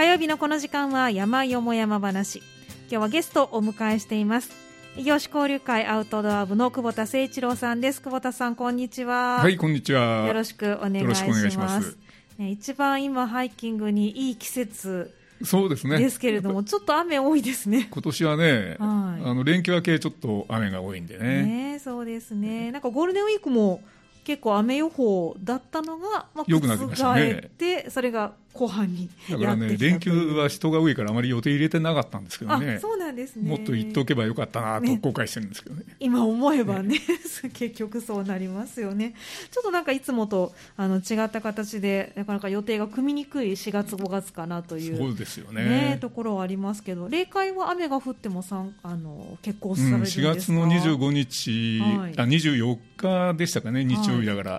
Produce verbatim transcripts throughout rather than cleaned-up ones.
火曜日のこの時間は山よも山話。今日はゲストをお迎えしています。異業種交流会アウトドア部の久保田誠一郎さんです。久保田さん、こんにちは。 はい、こんにちは。 よろしくお願いします。 よろしくお願いします。 ね、一番今ハイキングにいい季節そうですね。 ですけれども、ちょっと雨多いですね。 今年はね、はい、あの連休明けちょっと雨が多いんでね。 ね、そうですね。なんかゴールデンウィークも結構雨予報だったのが、まあ、 良くなってましたね。 でそれが後半にやってきたという。 だからね、連休は人が多いからあまり予定入れてなかったんですけどね。 あ、そうなんですね。 もっと言っておけばよかったなと後悔してるんですけどね。ね、 今思えばね、結局そうなりますよね。ちょっとなんかいつもとあの違った形でなかなか予定が組みにくいしがつごがつかなという、 そうですよね。 ね、ところはありますけど、例会は雨が降ってもさんあの結構されるんですか。 うん、しがつのにじゅうごにち、はい、あにじゅうよっかでしたかね、日曜日だから、はい、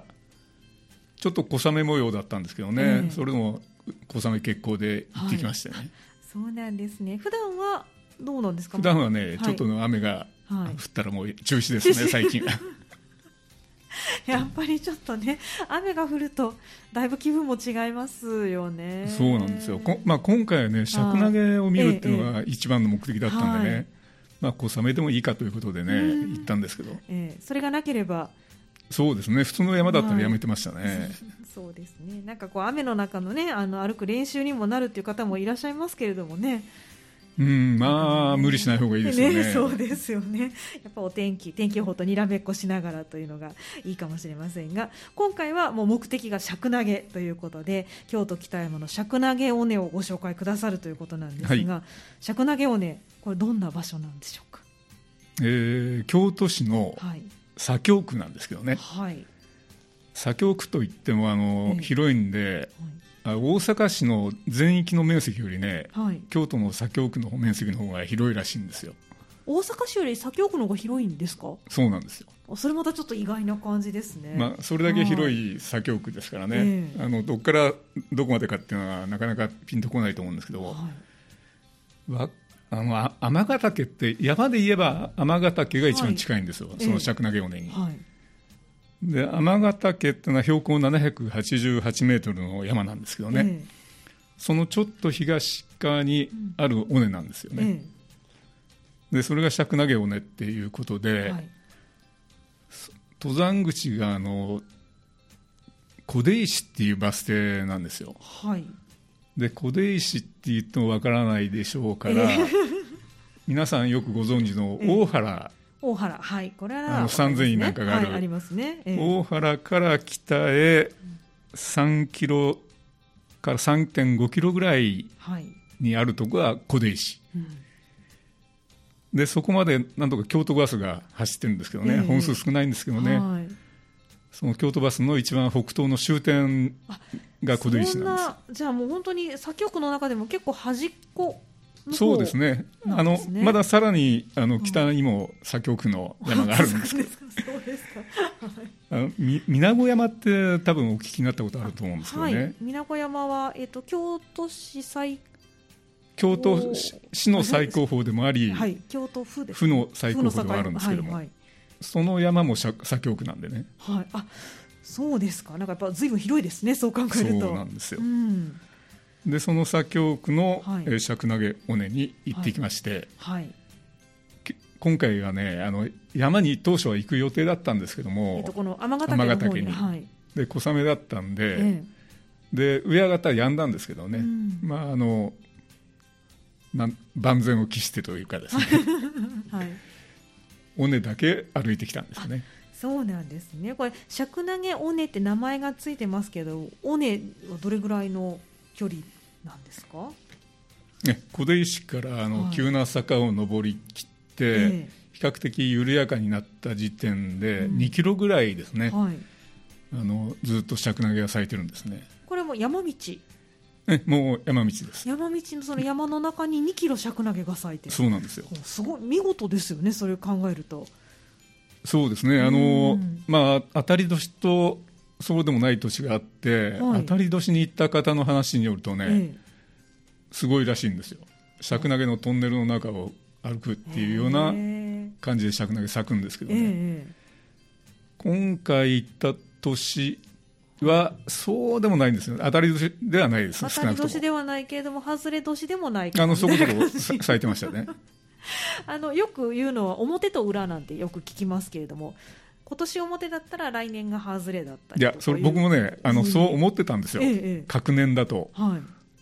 ちょっと小雨模様だったんですけどね、えー、それでも小雨決行で行ってきましたね。はい、 そうなんですね。普段はどうなんですか。 普段はね、はい、ちょっとの雨が降ったらもう中止ですね、はい、最近やっぱりちょっとね、雨が降るとだいぶ気分も違いますよね。 そうなんですよ。こ、まあ、今回はね、尺投げを見るっていうのが一番の目的だったんでね、はい、まあ、小雨でもいいかということでね、行ったんですけど、 えー、それがなければそうですね、普通の山だったらやめてましたね。はい、 そうですね。なんかこう雨の中のね、あの歩く練習にもなるっていう方もいらっしゃいますけれどもね。 うん、まあ無理しない方がいいですよね。 ね、そうですよね。やっぱお天気、天気予報とにらめっこしながらというのがいいかもしれませんが、今回はもう目的が尺投げということで、京都北山の尺投げ尾根をご紹介くださるということなんですが、はい、尺投げ尾根、これどんな場所なんでしょうか。 えー、京都市の左京区なんですけどね。はい、左京区といってもあの、えー、広いんで、はい、大阪市の全域の面積よりね、はい、京都の左京区の面積の方が広いらしいんですよ。 大阪市より左京区の方が広いんですか。 そうなんですよ。 それまたちょっと意外な感じですね。 まあ、それだけ広い左京区ですからね、はい、あのどこからどこまでかっていうのはなかなかピンとこないと思うんですけど、はい、わあの天ヶ岳って山で言えば天ヶ岳が一番近いんですよ、はい、その尺投げ尾根に、えーはい、で天ヶ岳っていうのは標高ななひゃくはちじゅうはちメートルの山なんですけどね、えー、そのちょっと東側にある尾根なんですよね、うん、えー、でそれが尺投げ尾根っていうことで、はい、登山口があの小出石っていうバス停なんですよ、はい、で小出石って言ってもわからないでしょうから、えー、皆さんよくご存知の大原、 えー、大原、はい、これはあの三千院なんかがある、 はい、ありますね、 えー、大原から北へさんキロからさんてんごキロぐらいにあるところが小出石、うん、でそこまでなんとか京都バスが走ってるんですけどね、えー、本数少ないんですけどね、はい、その京都バスの一番北東の終点が小出石なんです。 そんな、じゃあもう本当に左京区の中でも結構端っこの方なんですね。 そうですね、あのまださらにあの北にも左京区の山があるんですけど、 そうですか、 あのみ水子山って多分お聞きになったことあると思うんですけどね、はい、 水子山は、えーと、京都市最京都市の最高峰でもあり、 はい、京都府です、 府の最高峰でもあるんですけども、はいはい、その山も左京区なんでね、 はい、あ、そうですか。なんかやっぱ随分広いですね、そう考えると。 そうなんですよ、 うん、 でその左京区の、はい、尺投げ尾根に行ってきまして、はいはい、今回はね、あの山に当初は行く予定だったんですけども、 えー、とこの天ヶ岳の方に、はい、 で小雨だったんで、 えー、で上上がったら止んだんですけどね、うん、まああのなん万全を期してというかですね、はい、尾根だけ歩いてきたんですね。 そうなんですね。これ尺投げ尾根って名前がついてますけど、尾根はどれぐらいの距離なんですか。 ね、小出石からあの、はい、急な坂を登りきって、えー、比較的緩やかになった時点で、うん、にキロぐらいですね、はい、あのずっと尺投げが咲いてるんですね。 これも山道、 えもう山道です。 山道のその山の中ににキロ尺投げが咲いてる。 そうなんですよ。 すごい見事ですよね、それを考えると。 そうですね、あの、まあ、当たり年とそうでもない年があって、はい、当たり年に行った方の話によるとね、ええ、すごいらしいんですよ。尺投げのトンネルの中を歩くっていうような感じで尺投げ咲くんですけどね、え、今回行った年はそうでもないんですよ。当たり年ではないです。 当たり年ではないけれども外れ年でもないかあのそこそこ咲いてましたねあのよく言うのは表と裏なんてよく聞きますけれども、今年表だったら来年が外れだったりとか。いやそれ僕もねあのそう思ってたんですよ、ええ、隔年だと、はい、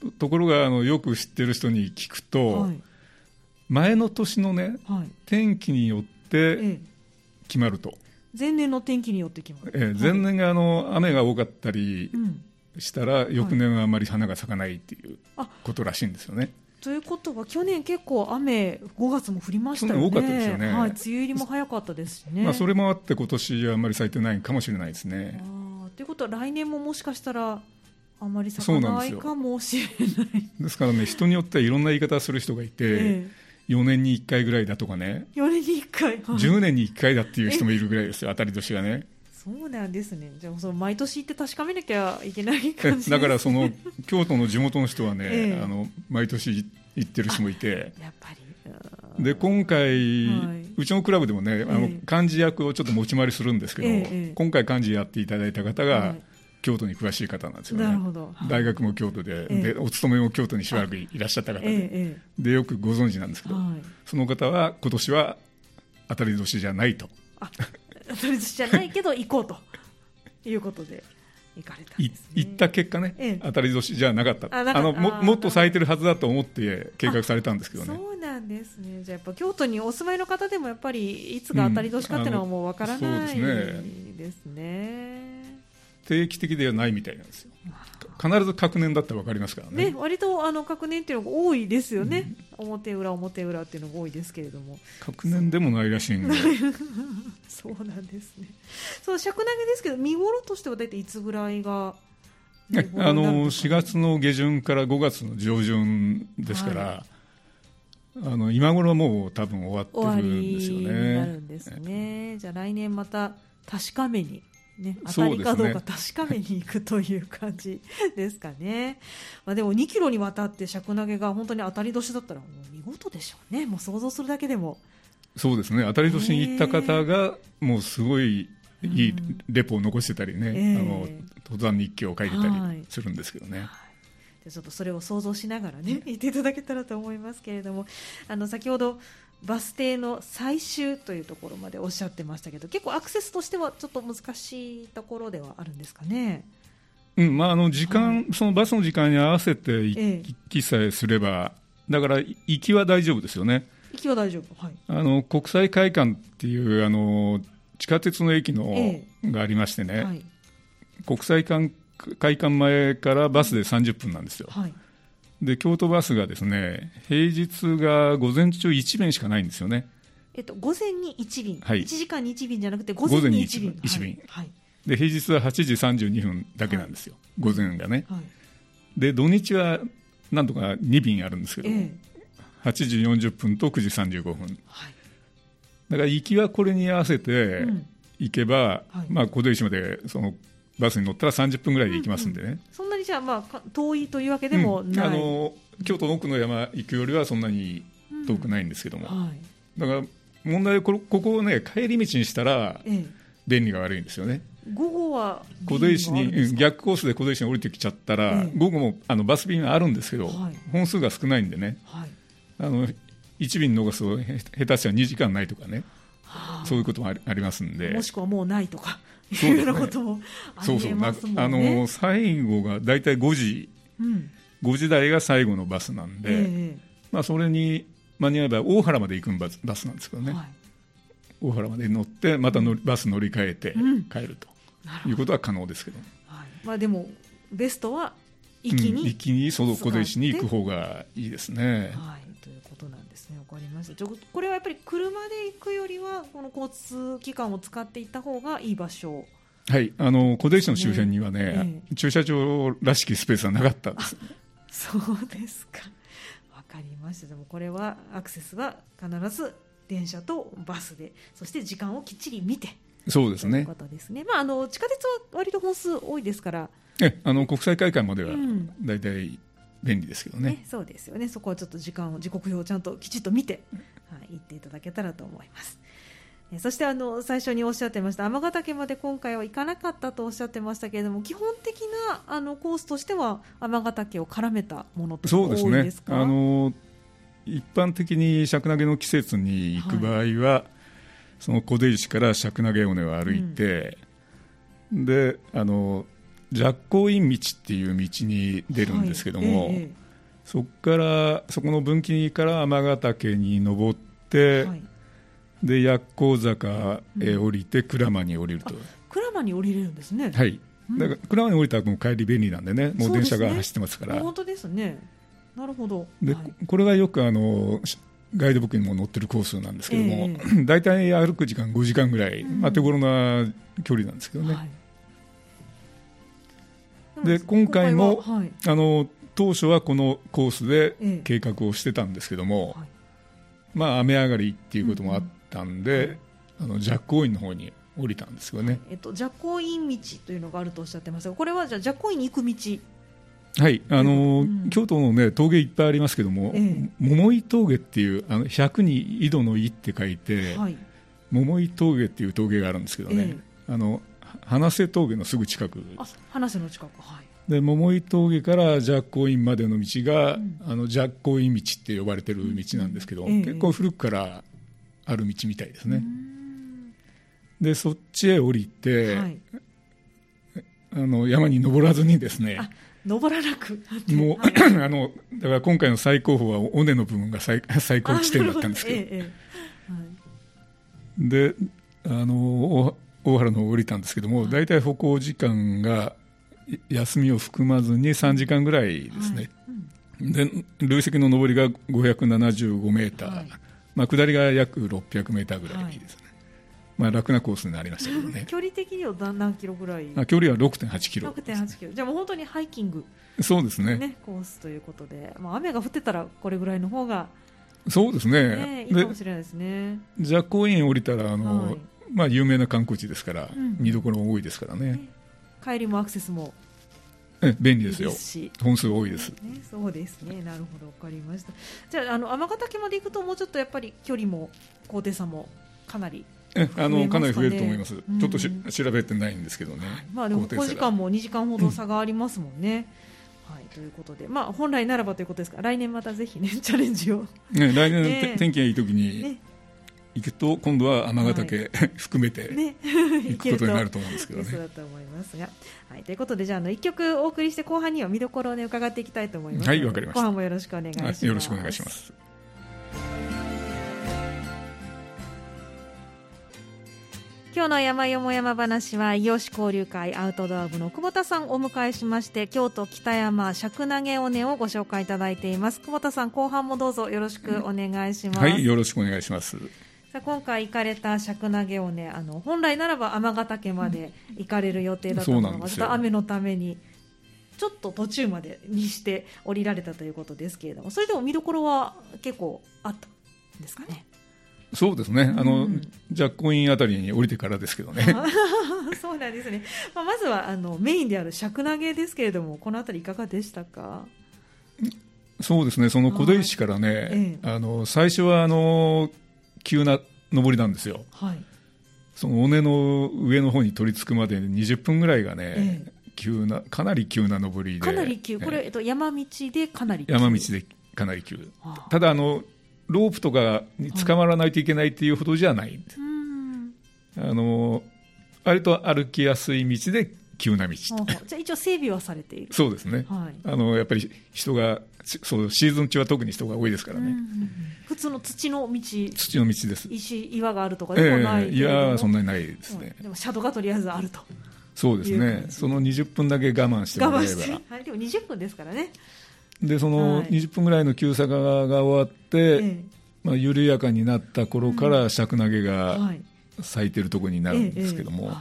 ところがあのよく知ってる人に聞くと、はい、前の年のね、はい、天気によって決まると、ええ前年の天気によって決まる、 ええ、前年があの雨が多かったりしたら、うん、翌年はあまり花が咲かないっていうことらしいんですよね。 ということは去年結構雨ごがつも降りましたよね。 多かったですよね、 はい、梅雨入りも早かったですしね、 まあ、それもあって今年はあまり咲いてないかもしれないですね。 あということは来年ももしかしたらあまり咲かないかもしれない。 ですからね、人によってはいろんな言い方をする人がいて、ええよねんにいっかいぐらいだとかね、 よねんにいっかい、 はい、じゅうねんにいっかいだっていう人もいるぐらいですよ、当たり年がね。 そうなんですね。じゃあその毎年行って確かめなきゃいけない感じです、ね、 だからその京都の地元の人はね、ええ、あの毎年行ってる人もいて、 やっぱりで今回、はい、うちのクラブでもね、あの幹事役をちょっと持ち回りするんですけど、え、今回幹事やっていただいた方が、はい京都に詳しい方なんですよね。 なるほど、はい、 大学も京都 で,、ええ、でお勤めも京都にしばらくいらっしゃった方で、ええ、でよくご存知なんですけど、はい、その方は今年は当たり年じゃないと。 あ当たり年じゃないけど行こうということで行かれたんですね。 行った結果ね、ええ、当たり年じゃなかった。ああの も, もっと咲いてるはずだと思って計画されたんですけどね。 そうなんですね。じゃあやっぱ京都にお住まいの方でもやっぱりいつが当たり年かっていうのはもうわからないですね。 定期的ではないみたいなんですよ。必ず隔年だったら分かりますから ね, ね割とあの隔年っていうのが多いですよね、うん、表裏表裏っていうのが多いですけれども、 隔年でもないらしいんでそうなんですね。そう尺投げですけど見頃としては大体いつぐらいがね、あのしがつの下旬からごがつの上旬ですから、はい、あの今頃はもう多分終わってるんですよね。終わりになるんですね。じゃあ来年また確かめにね、当たりかどうか確かめに行くという感じですかね。まあでもにキロにわたって尺投げが本当に当たり年だったらもう見事でしょうね。もう想像するだけでも。 そうですね。当たり年に行った方がもうすごいいいレポを残してたりね、うん、あの登山日記を書いてたりするんですけどね、はい、 でちょっとそれを想像しながらね言っていただけたらと思いますけれども、あの先ほどバス停の最終というところまでおっしゃってましたけど、結構アクセスとしてはちょっと難しいところではあるんですかね。 うんまあ、あの時間、はい、そのバスの時間に合わせて行きさえすれば、ええ、だから行きは大丈夫ですよね。 行きは大丈夫、はい、 あの国際会館っていうあの地下鉄の駅の、ええ、がありましてね、はい、国際会館前からバスでさんじゅっぷんなんですよ、はい、で京都バスがですね平日が午前中いち便しかないんですよね。 えっと、午前にいち便、はい、いちじかんにいち便じゃなくて午前にいち便、 いち便、はい、で平日ははちじさんじゅうにふんだけなんですよ、はい、午前がね、はい、で土日はなんとかに便あるんですけど、えー、はちじよんじゅっぷんとくじさんじゅうごふん、はい、だから行きはこれに合わせて行けば、うんはいまあ、小出石までそのバスに乗ったらさんじゅっぷんぐらいで行きますんでね、うんうん、 そんなにじゃあ、まあ、遠いというわけでもない、 うん、あの京都の奥の山行くよりはそんなに遠くないんですけども、うんはい、だから問題はここをね帰り道にしたら便利が悪いんですよね、 ええ、午後は小出石に逆コースで小出石に降りてきちゃったら、ええ、午後もあのバス便があるんですけど、はい、本数が少ないんでね、はい、あのいち便逃すと下手したらにじかんないとかね、はあ、そういうこともあり、ありますんで、 もしくはもうないとかいうようなこともありえますもんね。 あの最後がだいたいごじ、うん、ごじ台が最後のバスなんで、ええまあ、それに間に合えば大原まで行くバス、バスなんですけどね、はい、大原まで乗ってまた乗りバス乗り換えて帰るということは可能ですけど、うんはいまあ、でもベストは行きに、 うん、行きにその小出石に行く方がいいですね、 はい、ということなんですね。わかりました。ちょこれはやっぱり車で行くよりはこの交通機関を使っていった方がいい場所。 はい、あの小出石の周辺にはね、ええ、駐車場らしきスペースはなかったんです。 そうですか。わかりました。でもこれはアクセスは必ず電車とバスで、そして時間をきっちり見て、 そうですね。ということですね。まああの地下鉄は割と本数多いですから、 えあの国際会館まではだいたい便利ですけどね、うんね。 そうですよね。そこはちょっと時間を時刻表をちゃんときちっと見て、はい、行っていただけたらと思います。 そしてあの最初におっしゃってました天ヶ岳まで今回は行かなかったとおっしゃってましたけれども、基本的なあのコースとしては天ヶ岳を絡めたものって多いですか？ そうですね、あの一般的に釈投の季節に行く場合は、はい、その小出石から釈投尾根を歩いて、うん、であの寂光院道っていう道に出るんですけども、はいええ、そこからそこの分岐から天ヶ岳に登って、はい、で薬光坂へ降りて、うん、鞍馬に降りると。 鞍馬に降りれるんですね。 はい、だから鞍馬に降りたらもう帰り便利なんでね、もう電車が走ってますから。 本当ですね。なるほど。 で、はい、これがよくあのガイドブックにも載ってるコースなんですけども、 えー、 だいたい歩く時間ごじかんぐらい、うん、まあ、手頃な距離なんですけどね、はい、で今回も今回、はい、あの当初はこのコースで計画をしてたんですけども、えーはい、まあ、雨上がりっていうこともあったんで、うんうん、あの寂光院の方に降りたんですよね、 えっと、寂光院道というのがあるとおっしゃってますが、これはじゃあ寂光院に行く道？ はい、あの、うん、京都の、ね、峠いっぱいありますけども、ええ、桃井峠っていうあのひゃくに井戸の井って書いて、はい、桃井峠っていう峠があるんですけどね、え、あの花瀬峠のすぐ近く。 あ、花瀬の近く、はい、 で桃井峠から寂光院までの道が、うん、あの寂光院道って呼ばれてる道なんですけど、うん、結構古くからある道みたいですね。でそっちへ降りて、はい、あの山に登らずにですね、 登らなくもう、はい、あのだから今回の最高峰は尾根の部分が 最, 最高地点だったんですけど、ええはい、であの大原の方降りたんですけども、だいたい歩行時間が休みを含まずにさんじかんぐらいですね、はいうん、で累積の上りがごひゃくななじゅうごメーター、はいまあ、下りが約ろっぴゃくメーターぐらいですね、はいまあ、楽なコースになりましたけどね。 距離的には何キロぐらい？ あ距離は ろくてんはちキロ、 ろくてんはちキロじゃあもう本当にハイキング、 そうですね、 ね、コースということで、まあ、雨が降ってたらこれぐらいの方がそうですね、 ねいいかもしれないですね。 寂光院降りたらあの、はいまあ、有名な観光地ですから、うん、見どころも多いですからね、ね帰りもアクセスもえ便利ですよ。本数多いです、 ね、そうですね。なるほど分かりました。じゃあ、あの天ヶ岳まで行くともうちょっとやっぱり距離も高低差もかなりえあのかなり増えると思います、うん、ちょっとし調べてないんですけどね、 まあ、でもごじかんもにじかんほど差がありますもんね、うんはい、ということで、まあ、本来ならばということですから来年またぜひ、ね、チャレンジを、 ね、来年、ね、天気がいい時に行くと今度は天ヶ岳、はい、含めて行くことになると思うんですけどね。 そうだと思いますが、はい、ということでじゃあ、あのいっきょくお送りして後半には見どころを、ね、伺っていきたいと思います。 はい、わかりました。 後半もよろしくお願いします。 よろしくお願いします。 今日の山よも山話は伊予市交流会アウトドア部の久保田さんをお迎えしまして、京都北山釈投尾根をご紹介いただいています。久保田さん、後半もどうぞよろしくお願いします。 はい、よろしくお願いします。 さあ今回行かれた釈投尾根、あの本来ならば天ヶ岳まで行かれる予定だったのが、ちょっと雨のためにちょっと途中までにして降りられたということですけれども、それでも見どころは結構あったんですかね。 そうですね、あの、うん、寂光院あたりに降りてからですけどねそうなんですね、まあ、まずはあのメインである釈投ですけれども、このあたりいかがでしたか？ そうですね、その小出石からね、ええ、あの最初はあの急な上りなんですよ、はい、その尾根の上の方に取り付くまでにじゅっぷんぐらいがね、ええ、急なかなり急な上りで、 かなり急、これ、えっと、山道でかなり急、 山道でかなり急、はあ、ただあのロープとかに捕まらないといけないというほどじゃない、はい、あの割と歩きやすい道で急な道、 じゃあ一応整備はされている。 そうですね、はい、あのやっぱり人がそうシーズン中は特に人が多いですからね、うんうんうん、 普通の土の道土の道です。 石岩があるとかでもないけれども、 えー、いやそんなにないですね、 はい、でも車道がとりあえずあると。 そうですね、そのにじゅっぷんだけ我慢してもらえば、我慢して、 はい、でもにじゅっぷんですからね。 でそのにじゅっぷんぐらいの急坂が終わって、はい、まあ、緩やかになった頃から釈投が咲いてるところになるんですけども、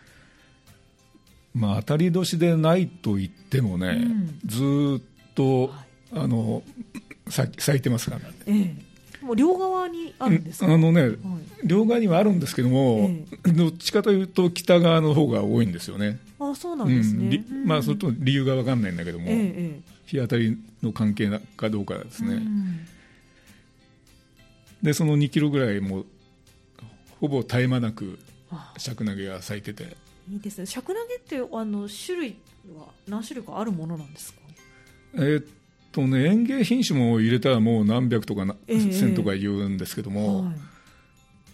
まあ、当たり年でないと言ってもね、うん、ずっと、はい、あの咲いてますからね、 ええ、もう両側にあるんですか？ あの、ね、はい、両側にはあるんですけども、ええ、どっちかというと北側の方が多いんですよね。 あ、そうなんですね、 うん、まあ、それと理由が分かんないんだけども、ええ、日当たりの関係かどうかですね、うん、でそのにキロぐらいもほぼ絶え間なくシャクナゲが咲いてて、 いいですね。シャクナゲってあの種類は何種類かあるものなんですか？ えー、っとね園芸品種も入れたらもう何百とかな、えー、千とか言うんですけども、はい、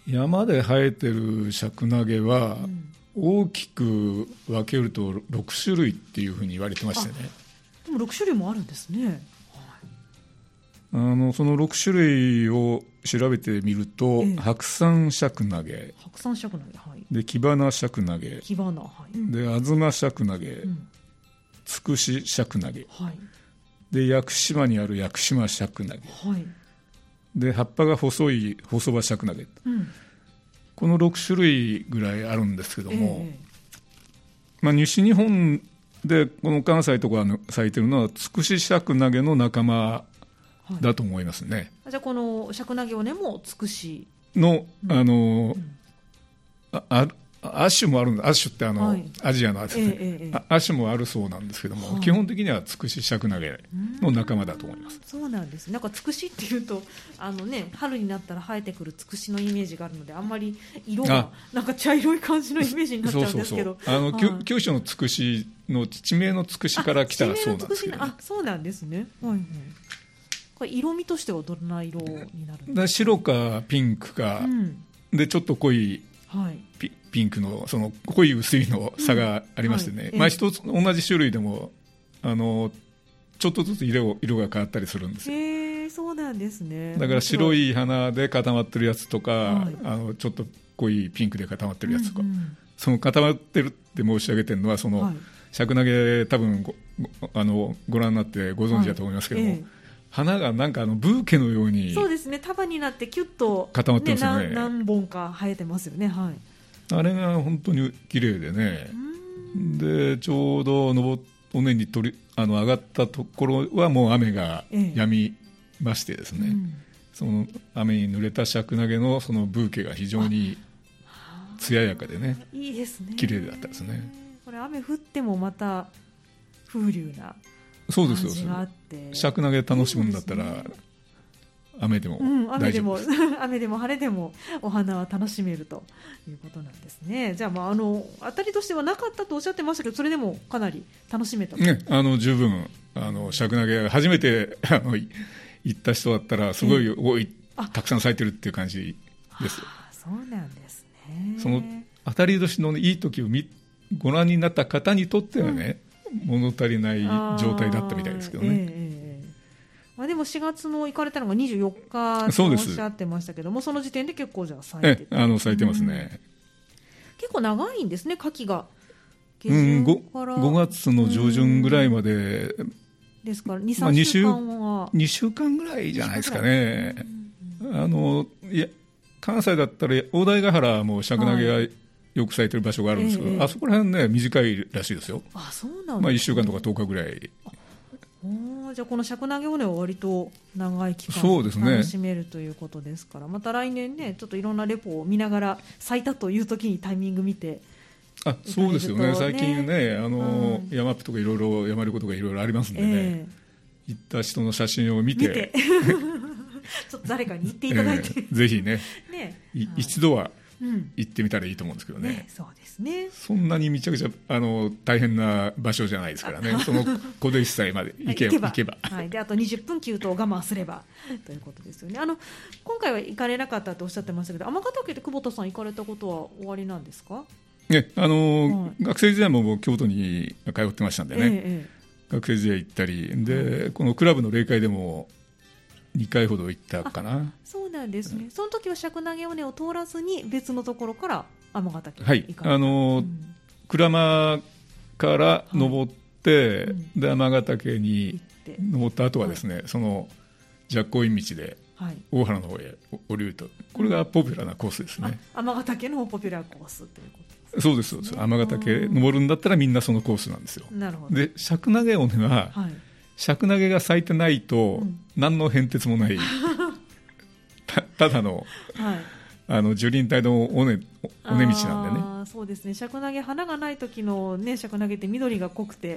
山で生えてるシャクナゲは大きく分けるとろく種類っていうふうに言われてましてね。 でもろく種類もあるんですね。 あのそのろく種類を調べてみると、ええ、白山シャクナゲ、 白山シャクナゲ、はい、 でキバナシャクナゲ、 キバナ、はい、 でアズマシャクナゲ、うん、ツクシシャクナゲ、はい、で屋久島にある屋久島シャクナゲ、はい、で葉っぱが細い細葉シャクナゲ、うん、このろく種類ぐらいあるんですけども、ええまあ、西日本でこの関西とか咲いてるのはツクシシャクナゲの仲間だと思いますね。 はい、じゃあこのシャクナゲオネもつくしの、うん、あの、うん、ああアッシュもあるんだ。アッシュってあの、はい、アジアのアジ、ねえええ、アッシュもあるそうなんですけども、はい、基本的にはツクシシャクナゲの仲間だと思います。 そうなんです。なんかツクシっていうとあの、ね、春になったら生えてくるツクシのイメージがあるので、あんまり色がなんか茶色い感じのイメージになっちゃうんですけど、 そうそうそう、あの、はい、九州のツクシの地名のツクシから来たらそうなんですけど、ね、 あ、そうなんですね。はいはい。これ色味としてはどんな色になるんですか？ だ白かピンクか、うん、でちょっと濃い ピ,、はい、ピンクのその濃い薄いの差がありましてね、うんはい、まあ、一つ同じ種類でもあのちょっとずつ色色が変わったりするんですよ。 へー、そうなんですね。 だから白い花で固まってるやつとか、はい、あのちょっと濃いピンクで固まってるやつとか、うんうん、その固まってるって申し上げてるのはその、はい、シャクナゲ多分 ご, あのご覧になってご存知だと思いますけども、はいええ、花がなんかあのブーケのようにそうですね、束になってキュッと、ね、 固まってますよね。 何本か生えてますよね、はい、 あれが本当に綺麗でね、でちょうどのぼ尾根に取りあの上がったところはもう雨が止みましてですね、ええうん、その雨に濡れたシャクナゲのそのブーケが非常に艶やかでね、 いいですね、 綺麗だったですね。 これ雨降ってもまた風流なそうですよ。シャクナゲ楽しむんだったら、ね、雨でも大丈夫です、うん、雨でも雨でも晴れでもお花は楽しめるということなんですね。じゃあ、まあ、あの当たりとしてはなかったとおっしゃってましたけど、それでもかなり楽しめたと、ね、 あの十分あのシャクナゲ初めてあの行った人だったらすごい多い、えー、たくさん咲いてるっていう感じですよ。 そうなんですね。 その当たり年の、ね、いい時を見ご覧になった方にとってはね、うん、物足りない状態だったみたいですけどね、えーまあ、でもしがつの行かれたのがにじゅうよっかとおっしゃってましたけども、 そ, その時点で結構じゃあ咲いてて、 あの咲いてますね、 うん、結構長いんですね、夏季が。 うん、ご, ごがつの上旬ぐらいまで、 うん、ですから に,さん 週間は、まあ、 にしゅうかんぐらいじゃないですかね、うん、あのいや関西だったら大台ヶ原もシャクナゲがよく咲いてる場所があるんですけど、はい、あそこら辺ね短いらしいですよ。 あ、そうなんですね。 まあ、いっしゅうかんとかとおかぐらい。 おじゃあこのシャクナゲオネは割と長い期間楽しめるということですから、また来年ねちょっといろんなレポを見ながら咲いたという時にタイミング見て、 あ、そうですよね、最近ねあの、うん、山アップとかいろいろ山旅行とかいろいろありますんでね、えー、行った人の写真を見て、見てちょっと誰かに言っていただいて、えー、 ぜひ ね, ね一度は行ってみたらいいと思うんですけどね、ね、 そうですね、 そんなにめちゃくちゃあの大変な場所じゃないですからね、その小手市まで行けば、行けば、 はい、であとにじゅっぷん給湯を我慢すればということですよね。あの今回は行かれなかったとおっしゃってましたけど、尼崎って久保田さん行かれたことはおありなんですか？ ね、あの、はい、学生時代ももう京都に通ってましたんでね、ええ、学生時代行ったりで、はい、このクラブの例会でもにかいほど行ったかな。 そうなんですね、うん、その時はシャクナゲ尾根を通らずに別のところから尼崎に行かれた、 はい、あの、うん、鞍馬から登って、はい、うん、で尼崎に登った後はですね、はい、その寂光院道で大原の方へ降りると、これがポピュラーなコースですね。 尼崎のポピュラーコースということですね。 そうですそうです、尼崎登るんだったらみんなそのコースなんですよ。 なるほど。 でシャクナゲ尾根は、はい、シャクナゲが咲いてないと、うん、何の変哲もないた, ただの、はい、あの樹林帯の尾根、尾根道なんでね。 あ、そうですね、シャクナゲ花がない時の、ね、シャクナゲって緑が濃くて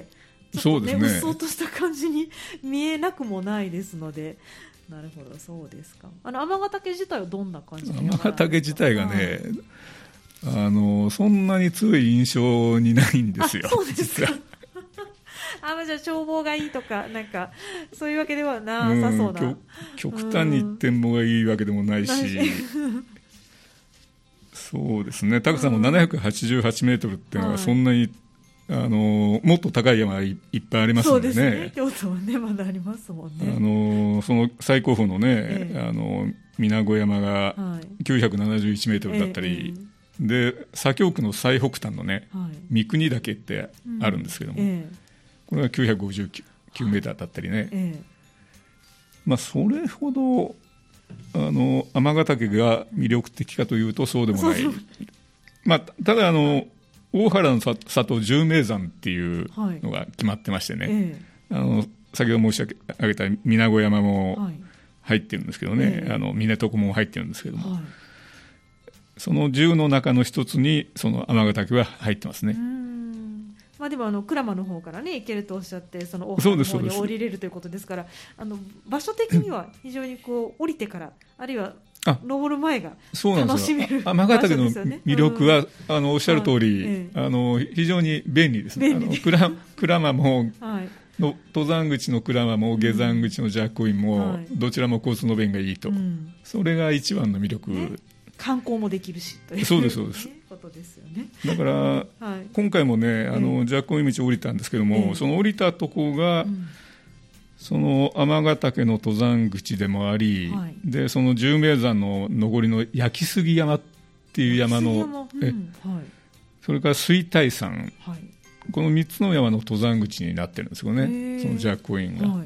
ちょっとね、うっそうとした感じに見えなくもないですので、なるほど、そうですか。あの天ヶ岳自体はどんな感じの山なんですか？ 天ヶ岳自体がね、はい、あのそんなに強い印象にないんですよ。 あ、そうですか。あ、じゃあ眺望がいいとかなんかそういうわけではなさそうな、うん、 極端に展望がいいわけでもないし、うん、そうですね、高さもななひゃくはちじゅうはちメートルっていうのはそんなに、はい、あのもっと高い山が い, いっぱいありますのでね。そうですね、 京都はねまだありますもんね。 あのその最高峰のね、ええ、あの水子山がきゅうひゃくななじゅういちメートルだったり、ええ、で左京区の最北端のね、はい、三国岳ってあるんですけども、うん、ええ、これがきゅうひゃくごじゅうきゅうメートルだったりね、ええ、まあ、それほどあの天ヶ岳が魅力的かというとそうでもない。まあ、ただあの、はい、大原の里十名山っていうのが決まってましてね、はい、ええ、あの先ほど申し上げた水子山も入ってるんですけどね、はい、ええ、あの峰床も入ってるんですけども、はい、そのじゅうの中の一つにその天ヶ岳は入ってますね。 うん、まあ、でもあの鞍馬の方からね行けるとおっしゃって、その大原の方に降りれるということですから、あの場所的には非常にこう降りてからあるいは登る前が楽しめる天ヶ岳の魅力は、うん、あのおっしゃる通り、ええ、あの非常に便利ですね。あの鞍馬も、はい、の登山口の鞍馬も下山口のジャックウィンも、うん、はい、どちらも交通の便がいいと、うん、それが一番の魅力、ね、 観光もできるしという、 そうですそうです、ね、 ことですよね。 だから、はい、今回もねあの、ええ、ジャックウィン道を降りたんですけども、え、その降りたとこが、うん、その天ヶ岳の登山口でもあり、はい、でその十名山の上りの焼き杉山っていう山の山、うん、え、はい、それから水大山、はい、このみっつの山の登山口になってるんですよね、そのジャックウィンが、はい、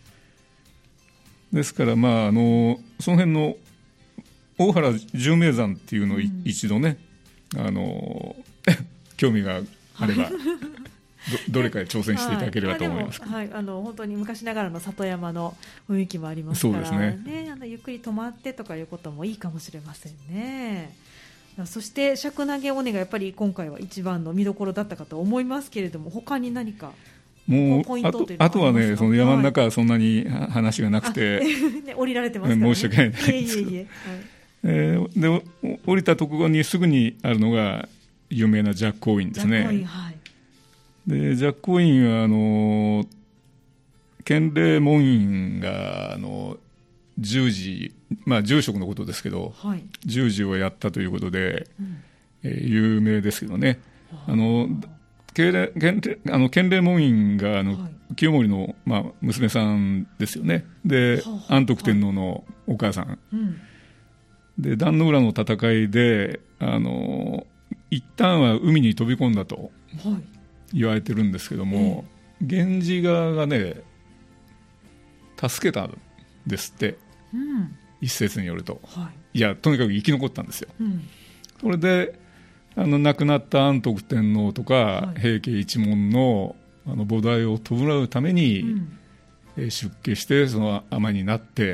ですから、まあ、あのその辺の大原十名山っていうのを、うん、一度ねあの興味があれば、はい、ど, どれかで挑戦していただければと思います。 はい、あの本当に昔ながらの里山の雰囲気もありますから、そうですね、ね、あのゆっくり泊まってとかいうこともいいかもしれませんね。そして尺投げ尾根がやっぱり今回は一番の見どころだったかと思いますけれども、他に何かもうポイントというのはあと、あとはね、その山の中はそんなに話がなくて、はいね、 降りられてますからね、 申し訳ないですけど、いえいえいえ、はい、えー、で降りたところにすぐにあるのが有名なジャックオインですね。はい、でジャックオインはあの建礼門院があの十時、まあ、住職のことですけど、はい、十時をやったということで、うん、えー、有名ですけどね、あの建礼、あの建礼門院があの、はい、清盛の、まあ、娘さんですよね。で、はあ、安徳天皇のお母さん、はい、うん、で壇ノ浦の戦いであの一旦は海に飛び込んだと言われてるんですけども、えー、源氏側がね助けたんですって、うん、一説によると、はい、いやとにかく生き残ったんですよ、うん、それであの亡くなった安徳天皇とか、はい、平家一門 の, あの菩提を弔うために、うん、えー、出家してその尼になって、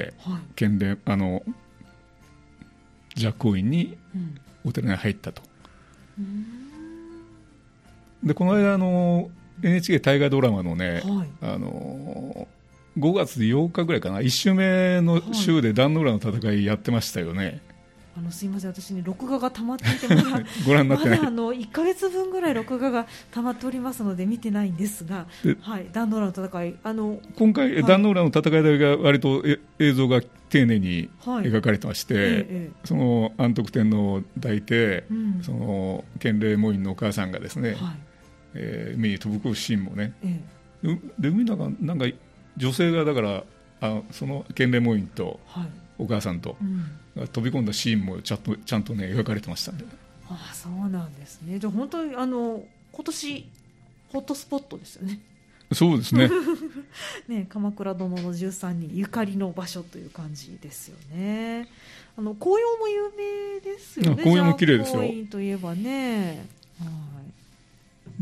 はい、建礼あのジャックオインにお寺に入ったと、うん、でこの間あの エヌエイチケー 大河ドラマのね、はい、あのごがつようかぐらいかないっ週目の週で壇ノ浦の戦いやってましたよね、はい、 あのすいません、私に録画が溜まっていてまだご覧になってない、 まだあのいっかげつぶんぐらい録画が溜まっておりますので見てないんですが、はい、壇ノ浦の戦い、あの今回、はい、壇ノ浦の戦いが割と映像が丁寧に描かれてまして、はい、ええ、その安徳天皇を抱いて、うん、その建礼門院のお母さんがですね、はい、えー、海に飛び込むシーンもね、ええ、で海の中なんか女性がだからあその建礼門院とお母さんと、はい、飛び込んだシーンもちゃんと、ちゃんとね描かれてましたんで、 ああそうなんですね。じゃあ本当にあの今年ホットスポットですよね。 そうですねね、鎌倉殿のじゅうさんにんゆかりの場所という感じですよね。あの紅葉も有名ですよね。 紅葉も綺麗ですよ。 紅葉といえばね、はい、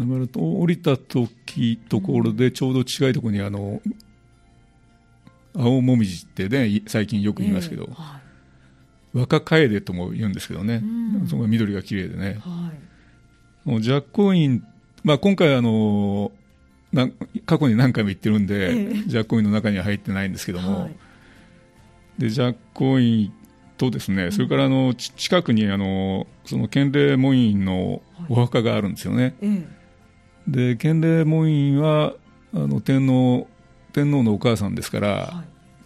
だから降りた時ところでちょうど近いところにあの、うん、青もみじってね最近よく言いますけど、えーはい、若楓とも言うんですけどね、うん、その緑が綺麗でね、はい、ジャックオイン、まあ、今回あのな過去に何回も言ってるんで、 ええ、 寂光院の中には入ってないんですけども、 はい、 で寂光院とですね、うん、それからあの近くにあのその建礼門院のお墓があるんですよね、はい、ええ、で建礼門院はあの天皇、天皇のお母さんですから、はい、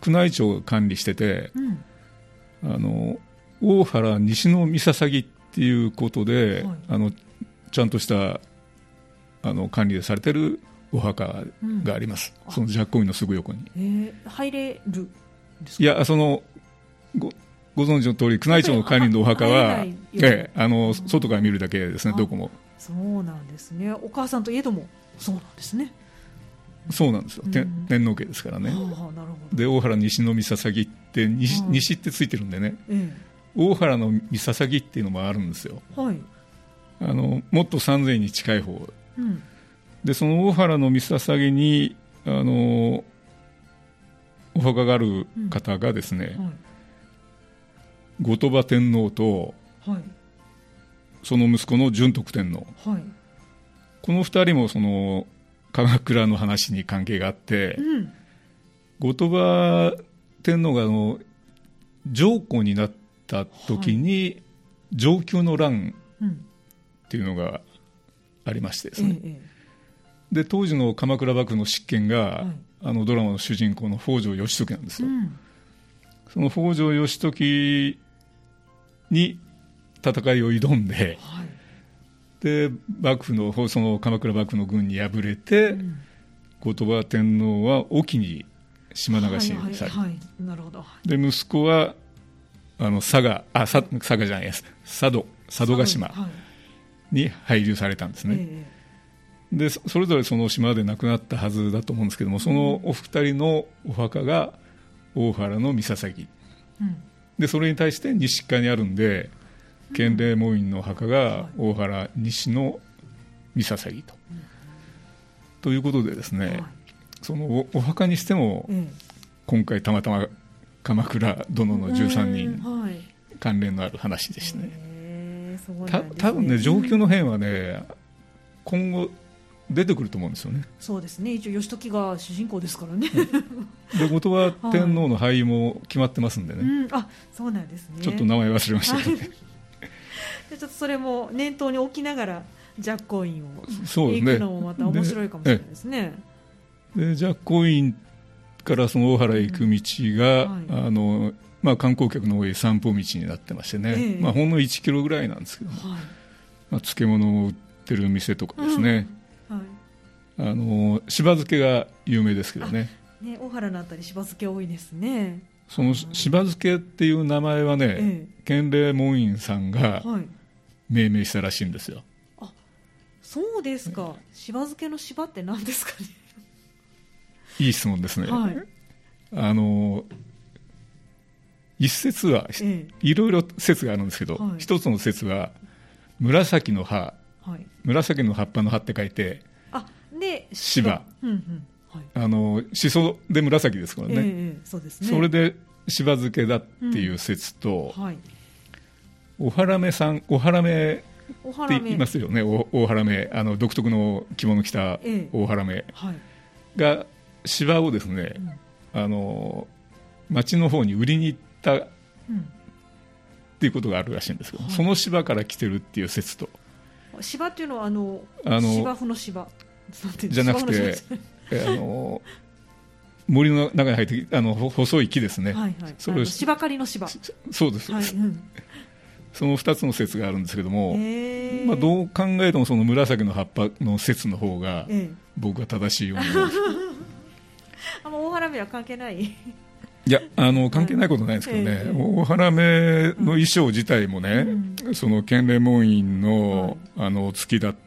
宮内庁が管理してて、うん、あの大原西の三捧っていうことで、はい、あのちゃんとしたあの管理されてるお墓があります、うん、その寂光院のすぐ横に、 えー、入れるんですか？ いや、その ご, ご存知の通り宮内庁の管理のお墓は、ええ、あの外から見るだけですね、どこも。 そうなんですね。お母さんといえどもそうなんですね。 そうなんですよ、うん、天皇家ですからね。はあ、なるほど。で大原西の三捧って 西,、はあ、西ってついてるんでね、ええ、大原の三捧っていうのもあるんですよ、はい、あのもっと三千に近い方、うん、でその大原の三捧にあのお墓がある方がですね、うん、はい、後鳥羽天皇と、はい、その息子の順徳天皇、はい、このふたりもその鎌倉の話に関係があって、うん、後鳥羽天皇があの上皇になった時に、はい、承久の乱っていうのがありましてですね、うん、ええ、で当時の鎌倉幕府の執権が、はい、あのドラマの主人公の北条義時なんですよ、うん、その北条義時に戦いを挑んで、はい、で幕府のその鎌倉幕府の軍に敗れて、うん、後鳥羽天皇は隠岐に島流しにされ、はいはいはい、なるほど。で息子はあの佐賀あ佐佐賀じゃないです佐渡佐渡島に配流されたんですね、えー、でそれぞれその島で亡くなったはずだと思うんですけども、そのお二人のお墓が大原の三捧、うん、でそれに対して西側にあるんで建礼門院の墓が大原西の三捧と、うん、ということでですね、はい、その お, お墓にしても、うん、今回たまたま鎌倉殿のじゅうさんにん関連のある話でしたね。えー、た多分ね承久の変はね今後出てくると思うんですよね。 そうですね、一応義時が主人公ですからねで後鳥羽天皇の廃も決まってますんでね、 はい、うん、あ、そうなんですね。 ちょっと名前忘れましたけどねでちょっとそれも念頭に置きながら寂光院を行くのもまた面白いかもしれないですね。 で寂光院からその大原へ行く道が、うん、はい、あのまあ、観光客の多い散歩道になってましてね、えーまあ、ほんのいちキロぐらいなんですけども、はい、まあ、漬物を売ってる店とかですね、うん、はい、あのしば漬けが有名ですけど ね, ね大原のあたりしば漬け多いですね。 そのしば漬けっていう名前はね、えー、建礼門院さんが命名したらしいんですよ。 あ、そうですか。しば漬けのしばって何ですかね。 いい質問ですね、 はい、 あの一説は、ええ、いろいろ説があるんですけど、はい、一つの説は紫の葉、はい、紫の葉っぱの葉って書いてあで芝、 うんうん、はい、 あのしそで紫ですからね、 ええ、そうですね。 それでしば漬けだっていう説と、うん、はい、おはらめさん、おはらめって言いますよね。大原め、あの独特の着物着た大原めが芝をですね、うん、あの町の方に売りに行ったっていうことがあるらしいんですけど、うん、その芝から来てるっていう説と、 芝っていうのはあのあの芝生の芝じゃなくてあの森の中に入ってあの細い木ですね、 はいはい、それを芝刈りの芝、 そうです、はい、うん、そのふたつの説があるんですけども、まあ、どう考えてもその紫の葉っぱの説の方が僕は正しいように思います。 あの大原目は関係ない？ いや、あの関係ないことないんですけどね、えー、大原目の衣装自体もね、うん、その建礼門院 の,、はい、あの月だった、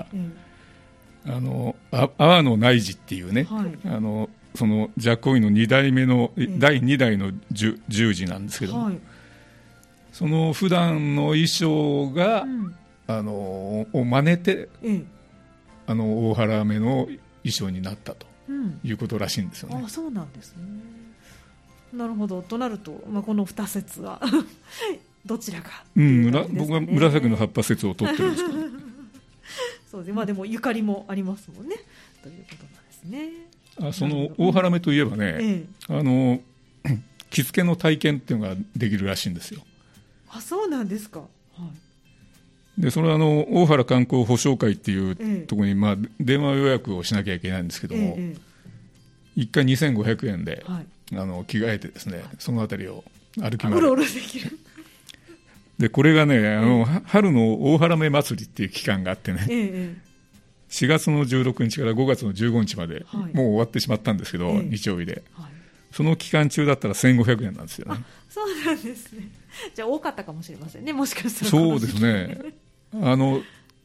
うん、あの阿波の内侍っていうね、はい、あのその寂光院のに代目の、えー、だいに代の従事なんですけども、はい、その普段の衣装が、うん、あのを真似て、えー、あの大原目の衣装になったということらしいんですよね。 あ、そうなんですね。なるほど。となると、まあ、このに説はどちらか、ね、 うん、僕は紫の葉っぱ説を取ってるんですけどそうですね、まあ、でもゆかりもありますもんねということなんですね。 あその大原目といえばね、ええ、あの着付けの体験っていうのができるらしいんですよ。 あ、そうなんですか。はい、 でそれはあの大原観光保証会っていうところに、ええまあ、電話予約をしなきゃいけないんですけども、ええ、いっかいにせんごひゃくえんで、はい、あの着替えてですね、はい、そのあたりを歩き回る。 うろうろできる。 でこれがね、あの、ええ、春の大原目祭りっていう期間があってね、 ええ、 しがつのじゅうろくにちからごがつのじゅうごにちまで、はい、もう終わってしまったんですけど、ええ、日曜日で、はい、その期間中だったらせんごひゃくえんなんですよね。 あ、そうなんですね。じゃあ多かったかもしれませんね、もしかしたら。 そうですね。あの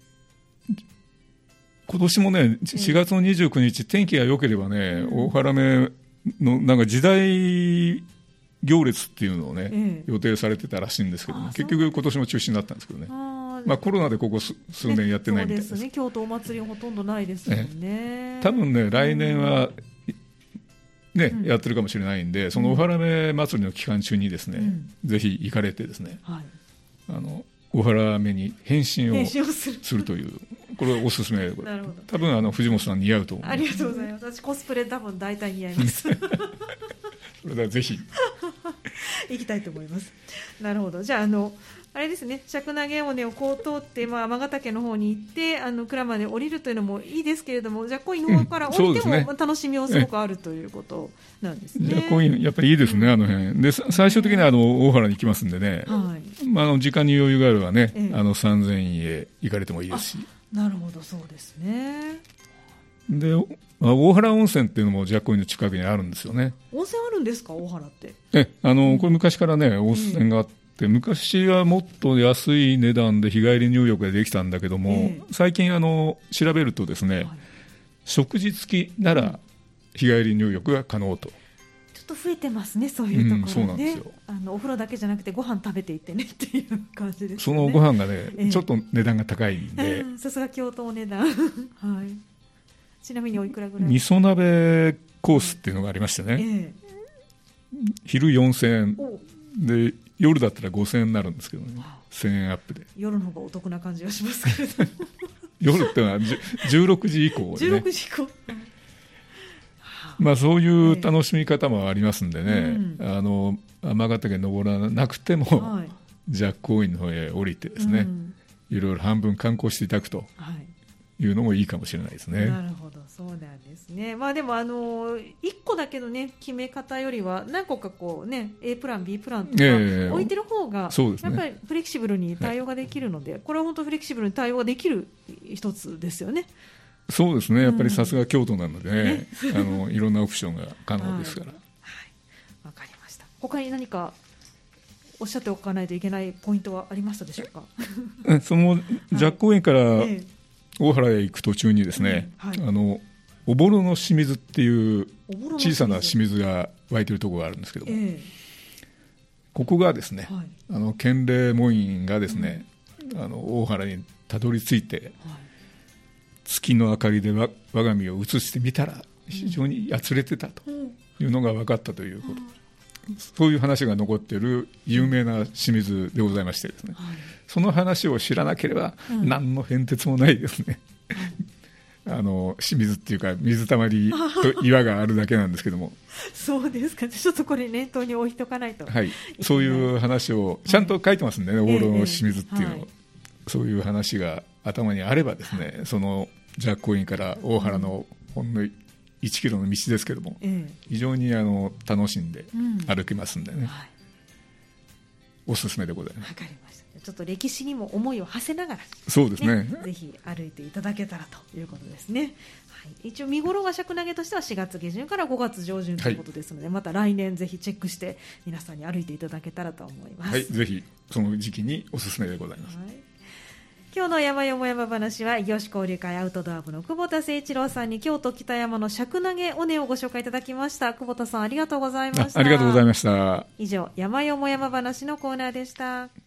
今年もねしがつのにじゅうくにち、天気が良ければね、うん、大原目のなんか時代行列っていうのをね、ええ、予定されてたらしいんですけど、ね、結局今年も中止になったんですけどね。あ、まあ、コロナでここ 数, 数年やってないみたいです。 そうですね、京都お祭りほとんどないですもんね。 ええ、多分ね来年は、ねうん、やってるかもしれないんで、その大原目祭りの期間中にですね、うん、ぜひ行かれてですね、はい、あの大原目に変身をするというこれはおすすめで、なるほど、多分あの藤本さん似合うと思います。 ありがとうございます。私コスプレ多分大体似合いますそれではぜひ行きたいと思います。なるほど。じゃあ、あのあれですね、尺投げ尾根をこう通って、まあ、尼崎の方に行ってあの鞍馬で降りるというのもいいですけれども、ジャッコインの方から降りても、うんね、楽しみはすごくあるということなんですね。 ジャッコインやっぱりいいですね、うん、あの辺で最終的にはあの大原に行きますんでね、はいまあ、あの時間に余裕があればね、ええ、あの三千院へ行かれてもいいですし。 なるほど、そうですね。 で大原温泉っていうのもジャッコインの近くにあるんですよね。 温泉あるんですか、大原って。 えあの、うん、これ昔からね温泉があって、えー、昔はもっと安い値段で日帰り入浴ができたんだけども、えー、最近あの調べるとですね、はい、食事付きなら日帰り入浴が可能と、ちょっと増えてますね、そういうところね、うん、 そうなんですよ。 あのお風呂だけじゃなくてご飯食べていってねっていう感じですね。 そのご飯がね、えー、ちょっと値段が高いんで、 さすが京都お値段はい。ちなみにおいくらぐらい？ 味噌鍋コースっていうのがありましてね、えー、昼よんせんえんで夜だったらごせんえんになるんですけどね、せんえんアップで。 夜の方がお得な感じがしますけれども夜ってのはじゅうろくじ以降でね、 じゅうろくじ以降まあ、そういう楽しみ方もありますんでね、えー、あの尼崎登らなくても、はい、ジャッコインの方へ降りてですね、うん、いろいろ半分観光していただくと、はいいうのもいいかもしれないですね。 なるほど、そうなんですね。まあ、でもあのいっこだけの、ね、決め方よりは何個かこう、ね、A プラン B プランとか置いてる方が、えーね、やっぱりフレキシブルに対応ができるので、はい、これは本当フレキシブルに対応ができる一つですよね。 そうですね、やっぱりさすが京都なので、ねね、あのいろんなオプションが可能ですから。はい、 わかりました。他に何かおっしゃっておかないといけないポイントはありましたでしょうか。 そのジャッコインから、はい、大原へ行く途中にですね、うんはい、あのおぼろの清水っていう小さな清水が湧いているところがあるんですけども、えー、ここがですね、はい、あの建礼門院がですね、うん、あの大原にたどり着いて、はい、月の明かりで我が身を映してみたら非常にやつれてたというのが分かったということ、うん、そういう話が残っている有名な清水でございましてですね、はい、その話を知らなければ何の変哲もないですね、うん、あの清水っていうか水たまりと岩があるだけなんですけどもそうですか、ちょっとこれ念頭に置いとかないと、 はい、そういう話をちゃんと書いてますんでね、はい、大野の清水っていうの、えーはい、そういう話が頭にあればですね、はい、そのジャッコインから大原のほんのいちキロの道ですけども、えー、非常にあの楽しんで歩けますんでね、うんはい、おすすめでございます。 わかりました。ちょっと歴史にも思いを馳せながら、 そうですね、 ぜひ歩いていただけたらということですね、はい、一応見頃が尺投げとしてはしがつ下旬からごがつ上旬ということですので、はい、また来年ぜひチェックして皆さんに歩いていただけたらと思います。 はい、ぜひその時期におすすめでございます、はい。 今日の山よも山話は異業種交流会アウトドア部の久保田誠一郎さんに京都北山の尺投げ尾根をご紹介いただきました。久保田さんありがとうございました。 あ, ありがとうございました。 以上山よも山話のコーナーでした。